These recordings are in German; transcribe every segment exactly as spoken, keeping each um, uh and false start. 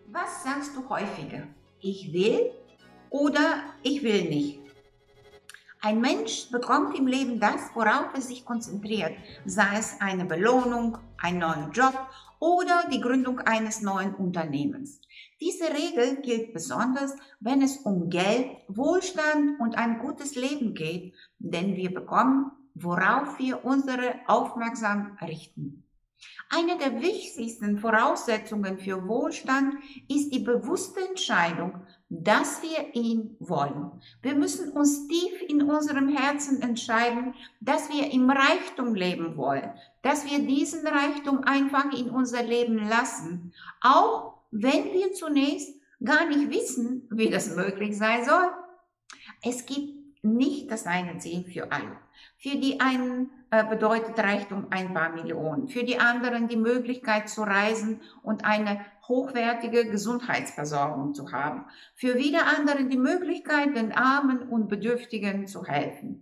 Was sagst du häufiger? Ich will oder ich will nicht? Ein Mensch bekommt im Leben das, worauf er sich konzentriert, sei es eine Belohnung, einen neuen Job oder die Gründung eines neuen Unternehmens. Diese Regel gilt besonders, wenn es um Geld, Wohlstand und ein gutes Leben geht, denn wir bekommen, worauf wir unsere Aufmerksamkeit richten. Eine der wichtigsten Voraussetzungen für Wohlstand ist die bewusste Entscheidung, dass wir ihn wollen. Wir müssen uns tief in unserem Herzen entscheiden, dass wir im Reichtum leben wollen, dass wir diesen Reichtum einfach in unser Leben lassen, auch wenn wir zunächst gar nicht wissen, wie das möglich sein soll. Es gibt nicht das eine Ziel für alle. Für die einen äh, bedeutet Reichtum ein paar Millionen, für die anderen die Möglichkeit zu reisen und eine hochwertige Gesundheitsversorgung zu haben, für wieder anderen die Möglichkeit, den Armen und Bedürftigen zu helfen.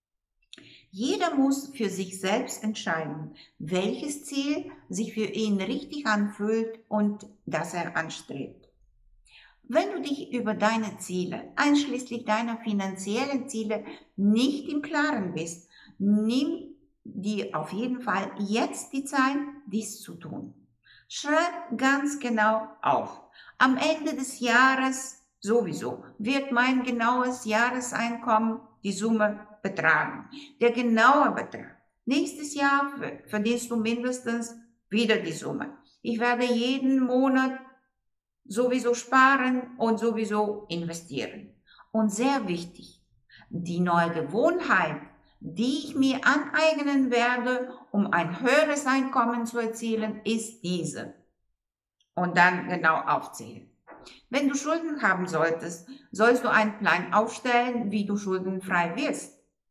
Jeder muss für sich selbst entscheiden, welches Ziel sich für ihn richtig anfühlt und das er anstrebt. Wenn du dich über deine Ziele, einschließlich deiner finanziellen Ziele, nicht im Klaren bist, nimm dir auf jeden Fall jetzt die Zeit, dies zu tun. Schreib ganz genau auf. Am Ende des Jahres sowieso wird mein genaues Jahreseinkommen die Summe betragen. Der genaue Betrag. Nächstes Jahr verdienst du mindestens wieder die Summe. Ich werde jeden Monat sowieso sparen und sowieso investieren. Und sehr wichtig, die neue Gewohnheit, die ich mir aneignen werde, um ein höheres Einkommen zu erzielen, ist diese. Und dann genau aufzählen. Wenn du Schulden haben solltest, sollst du einen Plan aufstellen, wie du schuldenfrei wirst.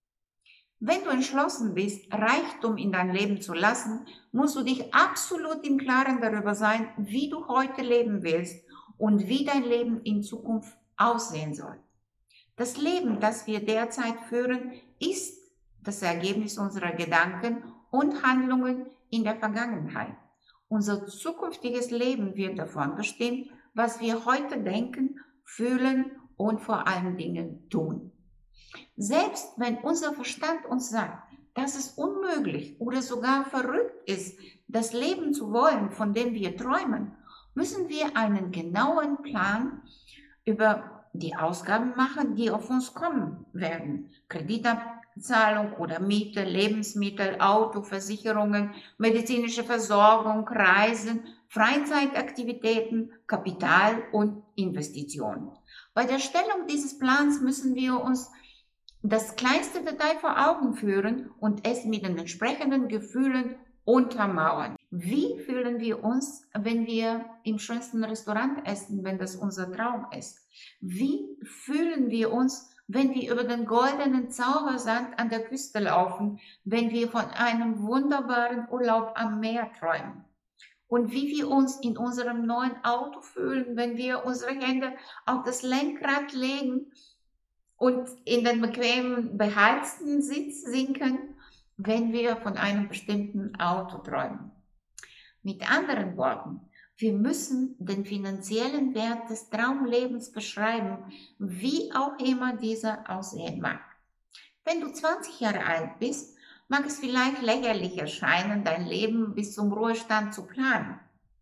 Wenn du entschlossen bist, Reichtum in dein Leben zu lassen, musst du dich absolut im Klaren darüber sein, wie du heute leben willst und wie dein Leben in Zukunft aussehen soll. Das Leben, das wir derzeit führen, ist das Ergebnis unserer Gedanken und Handlungen in der Vergangenheit. Unser zukünftiges Leben wird davon bestimmt, was wir heute denken, fühlen und vor allen Dingen tun. Selbst wenn unser Verstand uns sagt, dass es unmöglich oder sogar verrückt ist, das Leben zu wollen, von dem wir träumen, müssen wir einen genauen Plan über die Ausgaben machen, die auf uns kommen werden. Kreditzahlung oder Miete, Lebensmittel, Auto, Versicherungen, medizinische Versorgung, Reisen, Freizeitaktivitäten, Kapital und Investitionen. Bei der Stellung dieses Plans müssen wir uns das kleinste Detail vor Augen führen und es mit den entsprechenden Gefühlen untermauern. Wie fühlen wir uns, wenn wir im schönsten Restaurant essen, wenn das unser Traum ist? Wie fühlen wir uns, wenn wir über den goldenen Zaubersand an der Küste laufen, wenn wir von einem wunderbaren Urlaub am Meer träumen? Und wie wir uns in unserem neuen Auto fühlen, wenn wir unsere Hände auf das Lenkrad legen und in den bequemen, beheizten Sitz sinken, wenn wir von einem bestimmten Auto träumen. Mit anderen Worten, wir müssen den finanziellen Wert des Traumlebens beschreiben, wie auch immer dieser aussehen mag. Wenn du zwanzig Jahre alt bist, mag es vielleicht lächerlich erscheinen, dein Leben bis zum Ruhestand zu planen.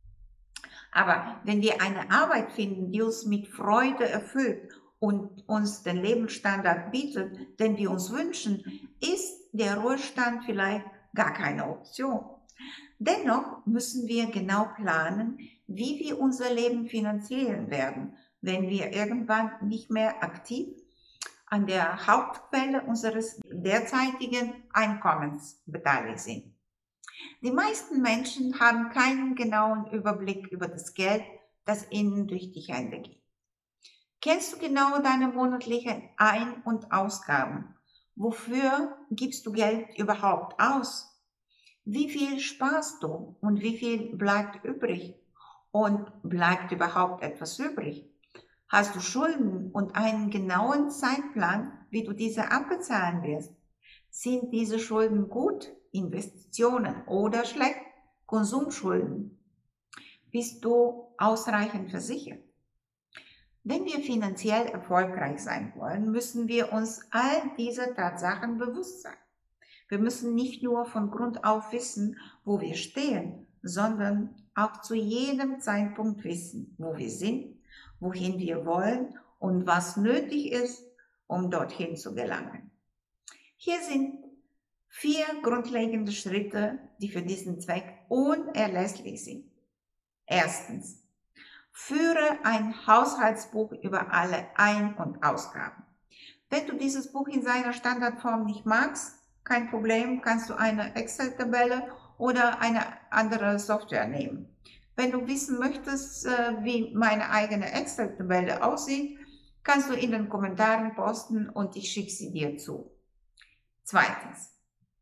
Aber wenn wir eine Arbeit finden, die uns mit Freude erfüllt und uns den Lebensstandard bietet, den wir uns wünschen, ist der Ruhestand vielleicht gar keine Option. Dennoch müssen wir genau planen, wie wir unser Leben finanzieren werden, wenn wir irgendwann nicht mehr aktiv an der Hauptquelle unseres derzeitigen Einkommens beteiligt sind. Die meisten Menschen haben keinen genauen Überblick über das Geld, das ihnen durch die Hände geht. Kennst du genau deine monatlichen Ein- und Ausgaben? Wofür gibst du Geld überhaupt aus? Wie viel sparst du und wie viel bleibt übrig? Und bleibt überhaupt etwas übrig? Hast du Schulden und einen genauen Zeitplan, wie du diese abbezahlen wirst? Sind diese Schulden gut, Investitionen oder schlecht, Konsumschulden? Bist du ausreichend versichert? Wenn wir finanziell erfolgreich sein wollen, müssen wir uns all dieser Tatsachen bewusst sein. Wir müssen nicht nur von Grund auf wissen, wo wir stehen, sondern auch zu jedem Zeitpunkt wissen, wo wir sind, wohin wir wollen und was nötig ist, um dorthin zu gelangen. Hier sind vier grundlegende Schritte, die für diesen Zweck unerlässlich sind. Erstens, führe ein Haushaltsbuch über alle Ein- und Ausgaben. Wenn du dieses Buch in seiner Standardform nicht magst, kein Problem, kannst du eine Excel-Tabelle oder eine andere Software nehmen. Wenn du wissen möchtest, wie meine eigene Excel-Tabelle aussieht, kannst du in den Kommentaren posten und ich schicke sie dir zu. Zweitens,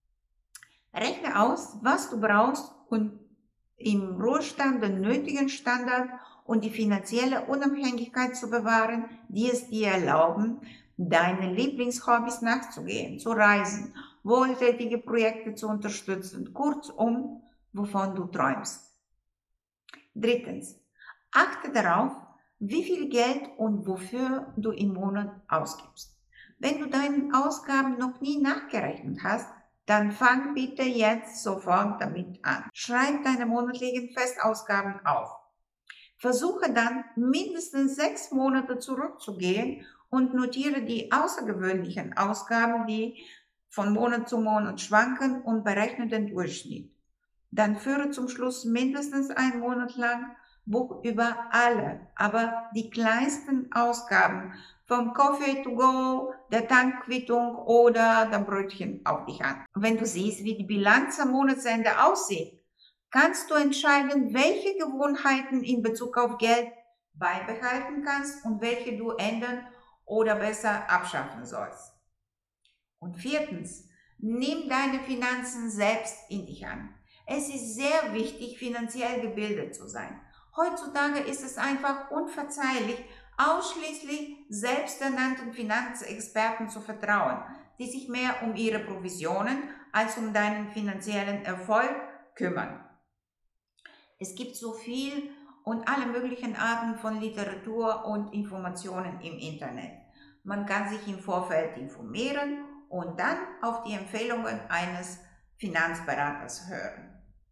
rechne aus, was du brauchst, um im Ruhestand den nötigen Standard und die finanzielle Unabhängigkeit zu bewahren, die es dir erlauben, deinen Lieblingshobbys nachzugehen, zu reisen, wohltätige Projekte zu unterstützen, kurzum, wovon du träumst. Drittens, achte darauf, wie viel Geld und wofür du im Monat ausgibst. Wenn du deine Ausgaben noch nie nachgerechnet hast, dann fang bitte jetzt sofort damit an. Schreib deine monatlichen Festausgaben auf. Versuche dann mindestens sechs Monate zurückzugehen und notiere die außergewöhnlichen Ausgaben, die von Monat zu Monat schwanken, und berechne den Durchschnitt. Dann führe zum Schluss mindestens einen Monat lang Buch über alle, aber die kleinsten Ausgaben, vom Coffee to go, der Tankquittung oder dem Brötchen auf dich an. Wenn du siehst, wie die Bilanz am Monatsende aussieht, kannst du entscheiden, welche Gewohnheiten in Bezug auf Geld beibehalten kannst und welche du ändern oder besser abschaffen sollst. Und viertens, nimm deine Finanzen selbst in dich an. Es ist sehr wichtig, finanziell gebildet zu sein. Heutzutage ist es einfach unverzeihlich, ausschließlich selbsternannten Finanzexperten zu vertrauen, die sich mehr um ihre Provisionen als um deinen finanziellen Erfolg kümmern. Es gibt so viel und alle möglichen Arten von Literatur und Informationen im Internet. Man kann sich im Vorfeld informieren und dann auf die Empfehlungen eines Finanzberaters hören.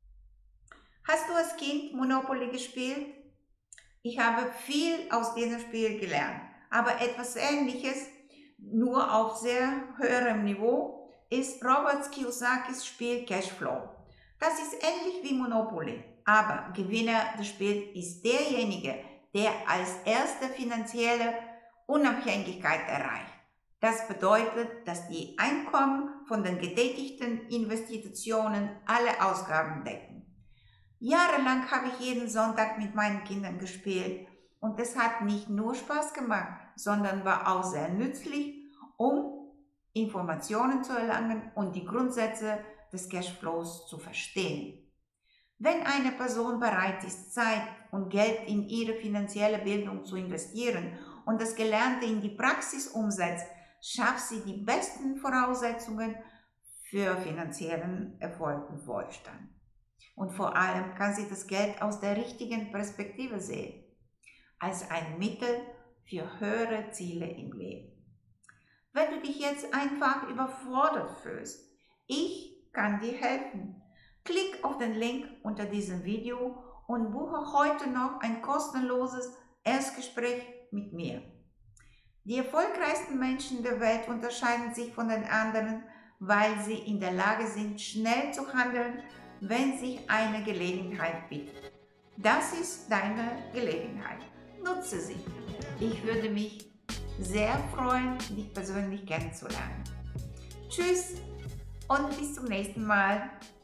Hast du als Kind Monopoly gespielt? Ich habe viel aus diesem Spiel gelernt, aber etwas Ähnliches, nur auf sehr höherem Niveau, ist Robert Kiyosakis Spiel Cashflow. Das ist ähnlich wie Monopoly, aber Gewinner des Spiels ist derjenige, der als erster finanzielle Unabhängigkeit erreicht. Das bedeutet, dass die Einkommen von den getätigten Investitionen alle Ausgaben decken. Jahrelang habe ich jeden Sonntag mit meinen Kindern gespielt und es hat nicht nur Spaß gemacht, sondern war auch sehr nützlich, um Informationen zu erlangen und die Grundsätze des Cashflows zu verstehen. Wenn eine Person bereit ist, Zeit und Geld in ihre finanzielle Bildung zu investieren und das Gelernte in die Praxis umsetzt, schafft sie die besten Voraussetzungen für finanziellen Erfolg und Wohlstand. Und vor allem kann sie das Geld aus der richtigen Perspektive sehen, als ein Mittel für höhere Ziele im Leben. Wenn du dich jetzt einfach überfordert fühlst, ich kann dir helfen. Klick auf den Link unter diesem Video und buche heute noch ein kostenloses Erstgespräch mit mir. Die erfolgreichsten Menschen der Welt unterscheiden sich von den anderen, weil sie in der Lage sind, schnell zu handeln, wenn sich eine Gelegenheit bietet. Das ist deine Gelegenheit. Nutze sie. Ich würde mich sehr freuen, dich persönlich kennenzulernen. Tschüss und bis zum nächsten Mal.